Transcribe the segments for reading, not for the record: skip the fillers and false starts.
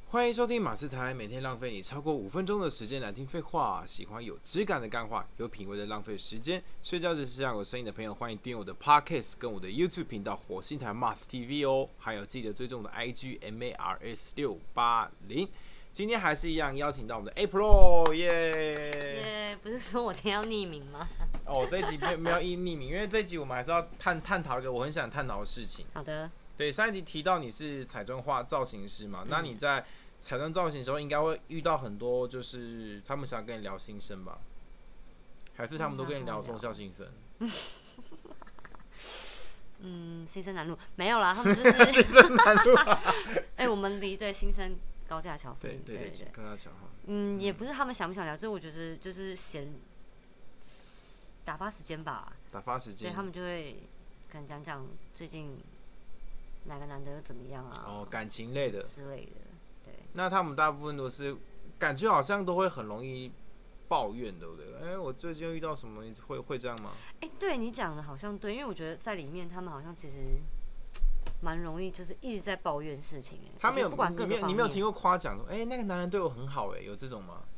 欢迎收听马斯台，每天浪费你超过5分钟的时间来听废话。喜欢有质感的干话，有品味的浪费时间。睡觉只是想有声音的朋友，欢迎订阅我的 Podcast 跟我的 YouTube 频道火星台 Mars TV 哦。还有记得追踪我的 IG MARS680。今天还是一样邀请到我们的 April 耶！ 不是说我今天要匿名吗？ 哦，这一集没有匿名，因为这一集我们还是要探讨一个我很想探讨的事情。 好的。 对，上一集提到你是彩妆画造型师嘛，那你在彩妆造型的时候，应该会遇到很多，就是他们想跟你聊心声吧？还是他们都跟你聊忠孝心声？ 新生南路没有啦，他们就是新生南路、啊。 我们离对新生高架桥附近， 对，高架桥哈。 也不是他们想不想聊，这我觉得就是打发时间吧。 打发时间。 对，他们就会可能讲最近哪个男的又怎么样啊？ 哦，感情类的之类的。对。 那他们大部分都是感觉好像都会很容易抱怨，对不对？我最近遇到什么，会这样吗？ 对你讲的好像对，因为我觉得在里面他们好像其实蛮容易，就是一直在抱怨事情。 他没有， 不管各个方面， 你没有听过夸奖说，那个男人对我很好，有这种吗？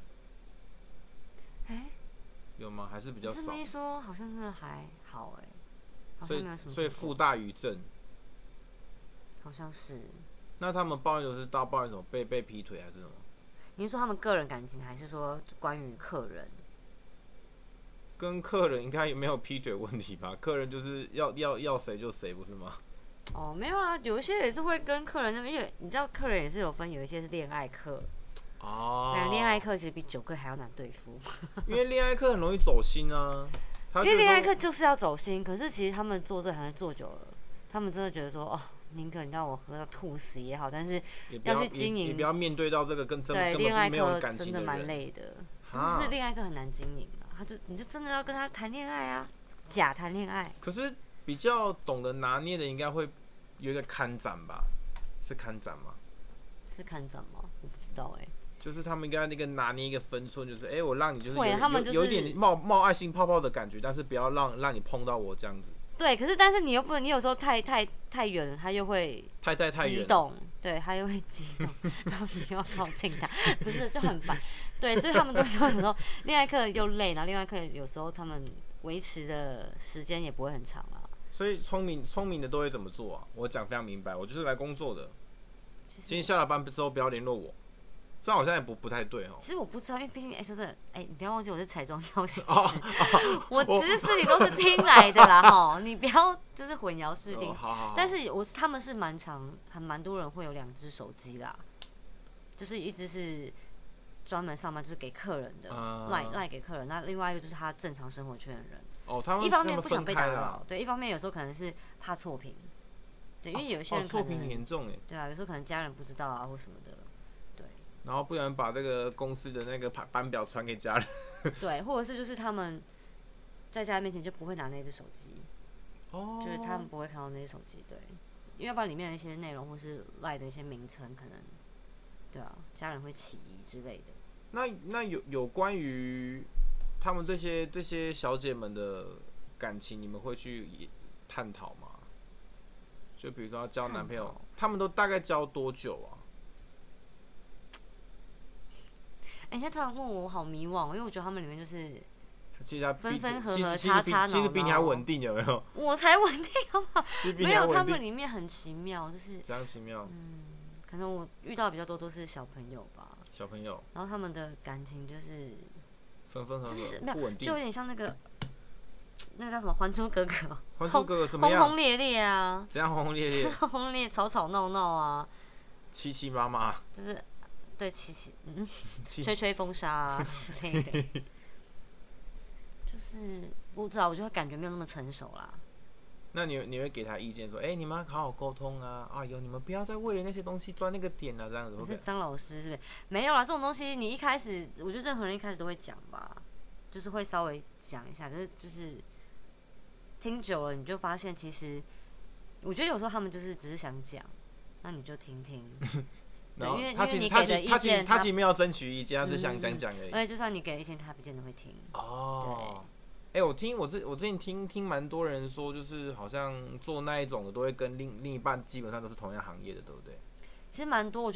有吗？还是比较少？ 这么一说，好像真的还好好像没有什么。 所以负大于正。 好像是。 那他们抱怨都是抱怨什么？被劈腿还是什么？ 你是说他们个人感情，还是说关于客人？ 跟客人应该也没有劈腿问题吧？客人就是要谁就谁，不是吗？ 哦，没有啊，有一些也是会跟客人那边，因为你知道客人也是有分，有一些是恋爱客。哦。那恋爱客其实比酒客还要难对付。 因为恋爱客很容易走心啊。 因为恋爱客就是要走心，可是其实他们做这行做久了，他们真的觉得说宁可你让我喝到吐死也好，但是要去经营， 也不要面对到这个根本没有感情的人。真的蛮累的，就是恋爱课很难经营啊，你就真的要跟他谈恋爱啊，假谈恋爱。 可是比较懂得拿捏的，应该会有一个看展吧？是看展吗？ 是看展吗？我不知道就是他们应该那个拿捏一个分寸，就是我让你就是有一点冒爱心泡泡的感觉，但是不要让你碰到我这样子。 对，可是但是你又不能，你有时候太远了，他又会激动，对，他又会激动，然后你又要靠近他，不是就很烦。对，所以他们都说有时候恋爱课又累，然后恋爱课有时候他们维持的时间也不会很长啊。 所以聪明的都会怎么做啊？我讲非常明白，我就是来工作的。今天下了班之后不要联络我。这样好像也不太对哦。 其实我不知道，因为毕竟说真的，你不要忘记我是彩妆造型师，我其实事情都是听来的啦哈，你不要就是混淆视听。 好。 但是他们是蛮多人会有2只手机啦，就是一只是专门上班就是给客人的，赖给客人，那另外一个就是他正常生活圈的人。 他们一方面不想被打扰，对，一方面有时候可能是怕错评，对，因为有些人错评很严重对啊，有时候可能家人不知道啊或什么的。 然后不然把这个公司的那个班表传给家人。 对，或者是就是他们在家人面前就不会拿那只手机，就是他们不会看到那只手机，对，因为要不然里面的一些内容或是赖的一些名称，可能对啊，家人会起疑之类的。 那有关于他们这些小姐们的感情，你们会去探讨吗？就比如说要交男朋友，他们都大概交多久啊？ 你现在突然问我好迷惘，因为我觉得他们里面就是其实他分分合合、叉叉其实比你还稳定，有没有？ 我才稳定好不好？没有，他们里面很奇妙，就是这样奇妙。 可能我遇到比较多都是小朋友吧。 小朋友。 然后他们的感情就是分分合合， 就是没有不稳定， 就有点像那个叫什么《还珠格格》。 还珠格格怎么样？ 轰轰烈烈啊！ 怎样轰轰烈烈？ 轰轰烈烈，吵吵闹闹啊。 七七妈妈。 就是。对，吹吹风沙啊之类的，就是不知道，我就会感觉没有那么成熟啦。 那你会给他意见说，你们要好好沟通啊！哎呦，你们不要再为了那些东西钻那个点啊，这样子。 我是张老师，是不是？没有啦，这种东西你一开始，我觉得任何人一开始都会讲吧，就是会稍微讲一下，可是就是听久了，你就发现其实，我觉得有时候他们就是只是想讲，那你就听听。 然后因为你给的意见， 他其实没有争取意见，他只想讲而已。 而且就算你给的意见，他不见得会听。 我之前听蛮多人说，就是好像做那一种的，都会跟另一半基本上都是同样行业的，对不对？ 其实蛮多，我觉得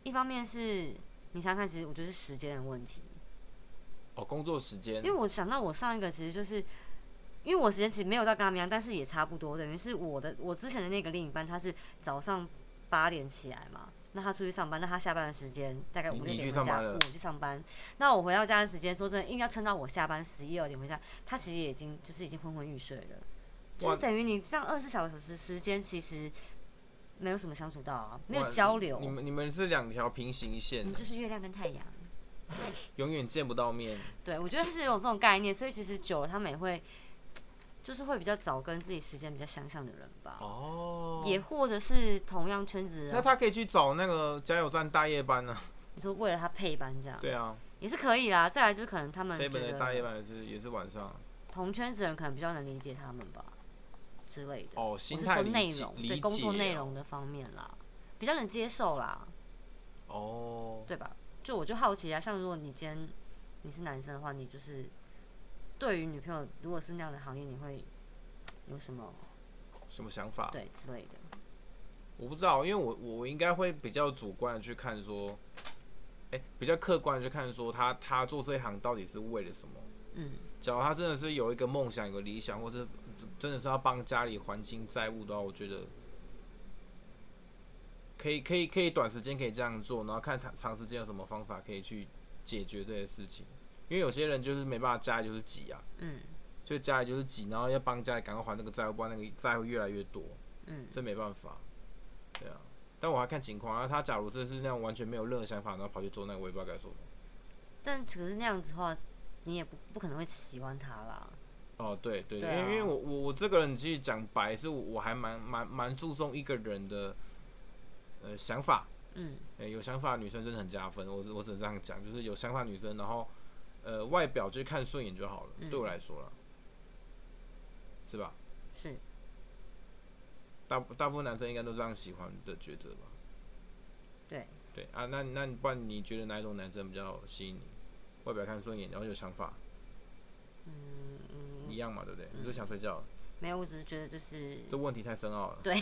一方面是你想想看，其实我觉得是时间的问题。 哦，工作时间。 因为我想到我上一个其实就是，因为我时间其实没有到跟他们一样，但是也差不多，等于是我之前的那个另一半，他是早上8点起来嘛，那他出去上班，那他下班的时间大概5、6点回家，我去上班，那我回到家的时间，说真的，硬要撑到我下班11、2点回家，他其实也已经昏昏欲睡了，就是等于你这样24小时时间，其实没有什么相处到啊，没有交流。 你们是2条平行线， 我们就是月亮跟太阳。 永远见不到面。 对，我觉得是有这种概念，所以其实久了，他们也会，就是会比较早跟自己时间比较相像的人吧。哦。也或者是同样圈子。 那他可以去找那个加油站大夜班啊。 你说为了他配班这样？ 对啊。也是可以啦。再来就是可能他们觉得。的大夜班也是晚上。 同圈子的人可能比较能理解他们吧，之类的。 哦，心态理解。 内容对工作内容的方面啦，比较能接受啦。 哦。 对吧？就我就好奇啊，像如果你今天你是男生的话，你就是对于女朋友如果是那样的行业，你会有什么想法？ 对之类的。 我不知道，因为我应该会比较主观的去看说，比较客观的去看说他做这一行到底是为了什么？假如他真的是有一个梦想、有个理想，或是真的是要帮家里还清债务的话，我觉得。可以短时间可以这样做，然后看长时间有什么方法可以去解决这些事情。因为有些人就是没办法，家里就是挤啊，所以家里就是挤，然后要帮家里赶快还那个债务，不然那个债会越来越多，这没办法，对啊。但我还看情况啊，他假如这是那样完全没有任何想法，然后跑去做那个，我也不知道该说什么。 但可是那样子的话，你也不可能会喜欢他啦。 哦，对，因为我这个人其实讲白是我还蛮注重一个人的。想法，有想法的女生真的很加分。我只能这样讲，就是有想法的女生，然后外表就是看顺眼就好了，对我来说啦，是吧？ 是。 大部分男生应该都这样喜欢的抉择吧？ 对。 对啊，那不然你觉得哪一种男生比较吸引你？外表看顺眼，然后有想法，一样嘛，对不对？你就想睡觉了。 没有，我只是觉得就是这问题太深奥了。 对。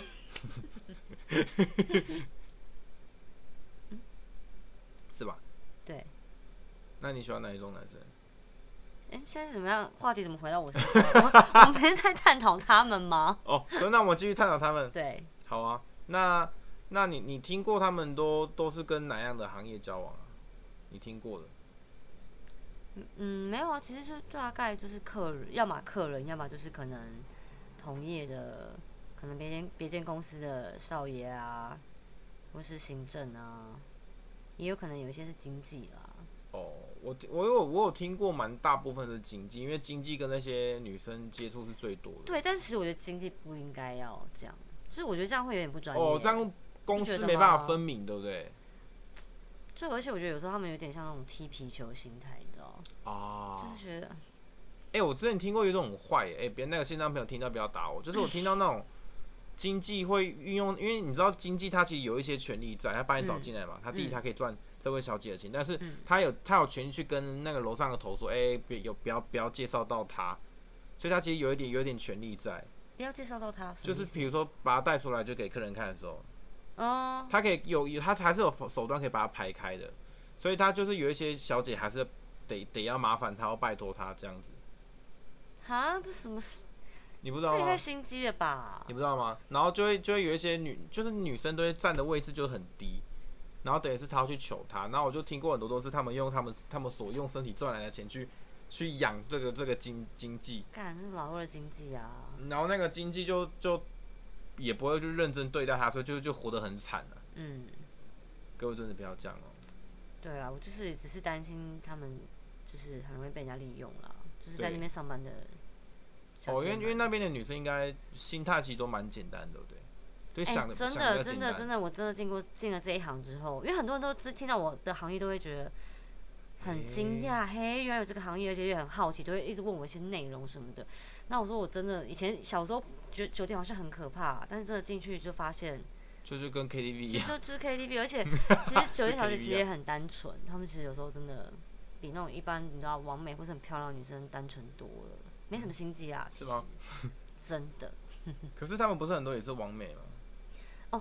是吧？ 对。 那你喜欢哪一种男生？ 现在是怎么样？话题怎么回到我身上？我们不是在探讨他们吗？ 哦，那我们继续探讨他们。 对。 好啊，那你听过他们都是跟哪样的行业交往啊？你听过的？ 没有啊，其实是大概就是客人，要么客人，要么就是可能同业的，可能别间公司的少爷啊，或是行政啊，也有可能有一些是经济啦。 哦，我有听过蛮大部分是经济，因为经济跟那些女生接触是最多的。 对，但是其实我觉得经济不应该要这样，就是我觉得这样会有点不专业。 哦，这样公司没办法分明，对不对？ 就而且我觉得有时候他们有点像那种踢皮球心态，你知道吗？ 啊， 就是觉得， 我之前听过有一种很坏，别那个线上朋友听到不要打我，就是我听到那种经济会运用，因为你知道经济它其实有一些权利在，他把你找进来嘛，他第一他可以赚这位小姐的钱，但是他有权利去跟那个楼上的头说，不要介绍到他，所以他其实有一点权利在。 不要介绍到他， 就是比如说把他带出来就给客人看的时候。 哦， 他可以他还是有手段可以把它排开的，所以他就是有一些小姐还是得要麻烦他，要拜托他这样子。 哈，这什么事？ 你不知道吗？ 这也太心机了吧？ 你不知道吗？然后就会有一些女生都会站的位置就很低，然后等于是他要去求他，然后我就听过很多都是他们用他们所用身体赚来的钱去养这个经济。 干，这是老二的经济啊。 然后那个经济就也不会去认真对待他，所以就活得很惨了。各位真的不要这样哦。 对啦，我就是只是担心他们就是很容易被人家利用啦，就是在那边上班的小姐们。 因为那边的女生应该心态其实都蛮简单的，对不对？对，真的，我真的进了这一行之后，因为很多人都听到我的行业都会觉得很惊讶，嘿，原来有这个行业，而且也很好奇，都会一直问我一些内容什么的。那我说我真的以前小时候觉得酒店好像很可怕，但是真的进去就发现， 就是跟 KTV 一样， 就是 KTV， 而且其实酒店小姐其实也很单纯，他们其实有时候真的比那种一般你知道完美或是很漂亮的女生单纯多了，没什么心机啊，是吗？ 真的。 可是他们不是很多也是完美吗？ 哦，等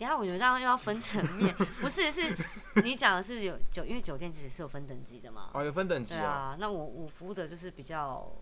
等一下我觉得这样又要分层面，不是你讲的是因为酒店其实是有分等级的嘛。 哦，有分等级对啊，那我服务的就是比较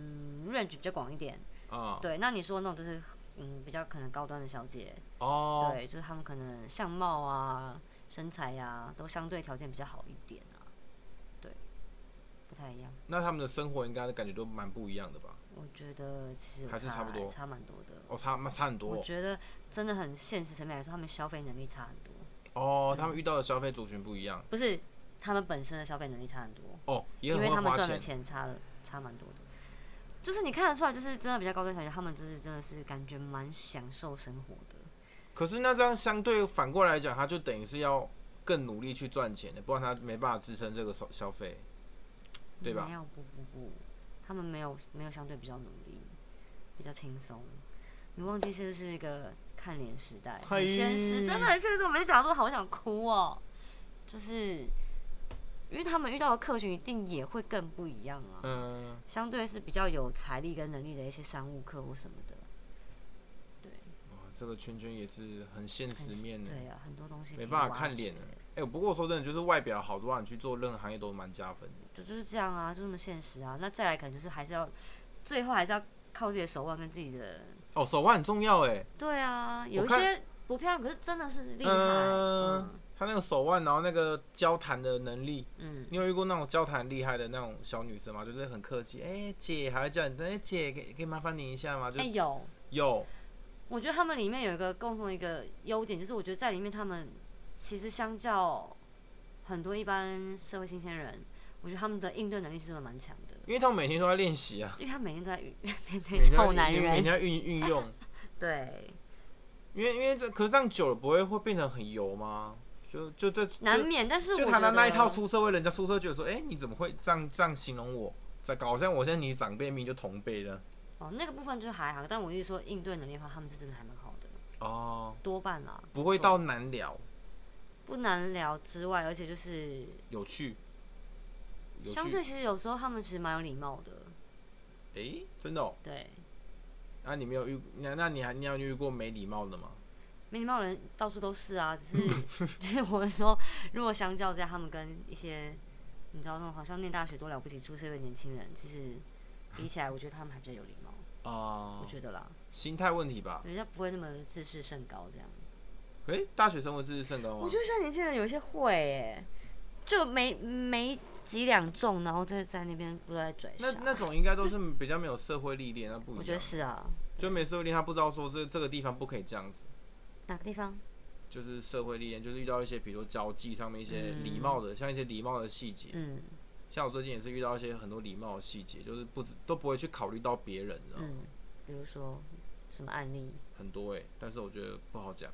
range 比较广一点。对，那你说那种就是比较可能高端的小姐。对，就是他们可能相貌啊、身材啊都相对条件比较好一点啊。对，不太一样。 那他们的生活应该感觉都蛮不一样的吧？ 我觉得其实还是差不多， 差蛮多的。 差很多。 我觉得真的很现实层面来说，他们消费能力差很多。 他们遇到的消费族群不一样。 不是，他们本身的消费能力差很多。 也很会花钱， 因为他们赚的钱差蛮多的。就是你看得出来，就是真的比较高端小姐，他们就是真的是感觉蛮享受生活的。 可是那这样相对反过来讲，他就等于是要更努力去赚钱的，不然他没办法支撑这个消费，对吧？ 没有，不，他们没有相对比较努力，比较轻松。你忘记这是一个看脸时代，很现实，真的很现实。我每次讲都好想哭哦，就是因为他们遇到的客群一定也会更不一样啊。相对是比较有财力跟能力的一些商务客户什么的。对。 哇，这个圈也是很现实面的。 对啊，很多东西没办法看脸的。不过说真的，就是外表好多人去做任何行业都蛮加分的。 就是这样啊，就这么现实啊。那再来可能就是还是要，最后还是要靠自己的手腕跟自己的。 手腕很重要哎。 对啊，有一些不漂亮，可是真的是厉害。 他那个手腕，然后那个交谈的能力。你有遇过那种交谈厉害的那种小女生吗？就是很客气，姐，还会叫你，姐，可以麻烦你一下吗？有。 我觉得他们里面有一个共同的一个优点，就是我觉得在里面他们其实相较很多一般社会新鲜人，我觉得他们的应对能力是真的蛮强的。 因为他们每天都在练习啊。 因为他每天都在面对臭男人， 每天在运用。 对。 因为可是这样久了不会变成很油吗？就这难免，但是我觉得就他那一套出社会，人家出社就说，你怎么会这样形容我？搞像我现在你长辈明明就同辈的。 那个部分就还好，但我一说应对能力的话，他们是真的还蛮好的。多半啦。 不会到难聊。 不难聊之外，而且就是有趣。 相对其实有时候他们其实蛮有礼貌的。 真的哦。 对。 你没有那你有遇过没礼貌的吗？ 没礼貌的人到处都是啊，就是我们说，如果相较在他们跟一些你知道那种好像念大学多了不起出社会的年轻人，其实比起来，我觉得他们还比较有礼貌。我觉得啦。 心态问题吧。 人家不会那么自视甚高这样。 大学生会自视甚高吗？ 我觉得像年轻人有些会就没几两重，然后在那边不知道在拽啥。 那种应该都是比较没有社会历练，那不一样。 我觉得是啊。 就没社会历练，他不知道说这个地方不可以这样子。 哪个地方？ 就是社会历练，就是遇到一些比如说交际上面一些礼貌的，像一些礼貌的细节。像我最近也是遇到一些很多礼貌的细节，就是都不会去考虑到别人，知道吗？ 比如说什么案例？ 很多但是我觉得不好讲。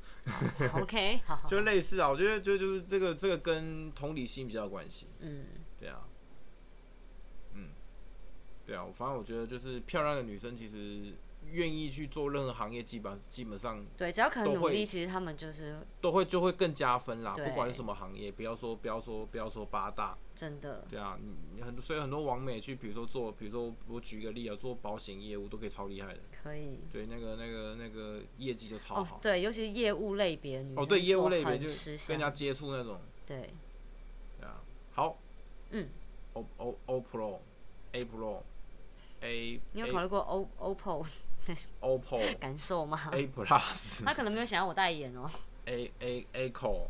OK， 好。 就类似啊，我觉得就是这个跟同理心比较有关系。对啊。对啊，反正我觉得就是漂亮的女生其实愿意去做任何行业，基本上对，只要肯努力，其实他们就是就会更加分啦。不管是什么行业，不要说八大， 真的。 对啊，所以很多网美去，比如说我举一个例啊，做保险业务都可以超厉害的。 可以。 对，那个业绩就超好。 对，尤其是业务类别女生。 对，业务类别就跟人家接触那种。 对。 对啊，好。O Pro。A Pro。 你有考虑过 OPPO 感受吗 ？A Plus。 他可能没有想要我代言哦。 Echo。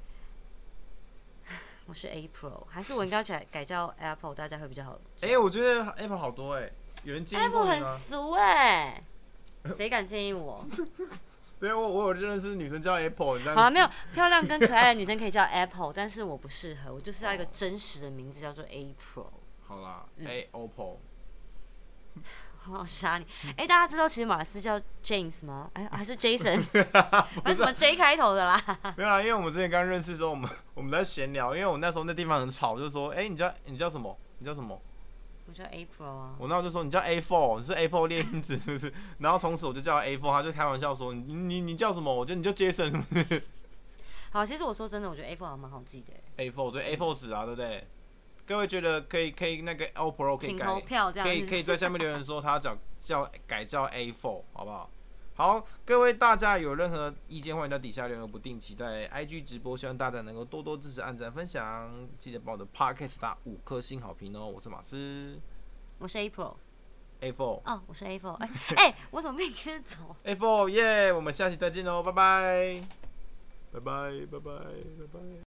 我是 A Pro， 还是我应该改叫 Apple， 大家会比较好。 我觉得 Apple 好多有人建议过你吗？ Apple 很俗谁敢建议我？ 对，我有认识女生叫 Apple， 好了，没有漂亮跟可爱的女生可以叫 Apple， 但是我不适合，我就是要一个真实的名字叫做 A Pro。 好啦，OPPO。 我杀你！大家知道其实马斯叫 James 吗？还是 Jason？ 为什么 J 开头的啦？ 没有啦，因为我们之前刚认识的时候，我们在闲聊，因为我那时候那地方很吵，我就说，你叫什么？你叫什么？ 我叫 A Pro 啊。 我那我就说你叫 A4， 你是 A4 猎鹰子是不是？然后从此我就叫 A4， 他就开玩笑说你叫什么？我觉得你叫 Jason 是不是？ 好，其实我说真的，我觉得 A4 好像蛮好记的。 A4， 我觉得 A4 纸啊，对不对？各位觉得可以那个 O Pro 可以改， 请投票这样子， 可以在下面留言说他改叫 A4， 好不好？ 好，各位大家有任何意见，欢迎在底下留言。不定期在 IG 直播，希望大家能够多多支持、按赞、分享，记得帮我的 Podcast 打5颗星好评哦。我是马斯， 我是 April。A4 哦，我是 A4。我怎么被接走 ？A4 耶！我们下期再见喽，拜拜，拜拜，拜拜，拜拜。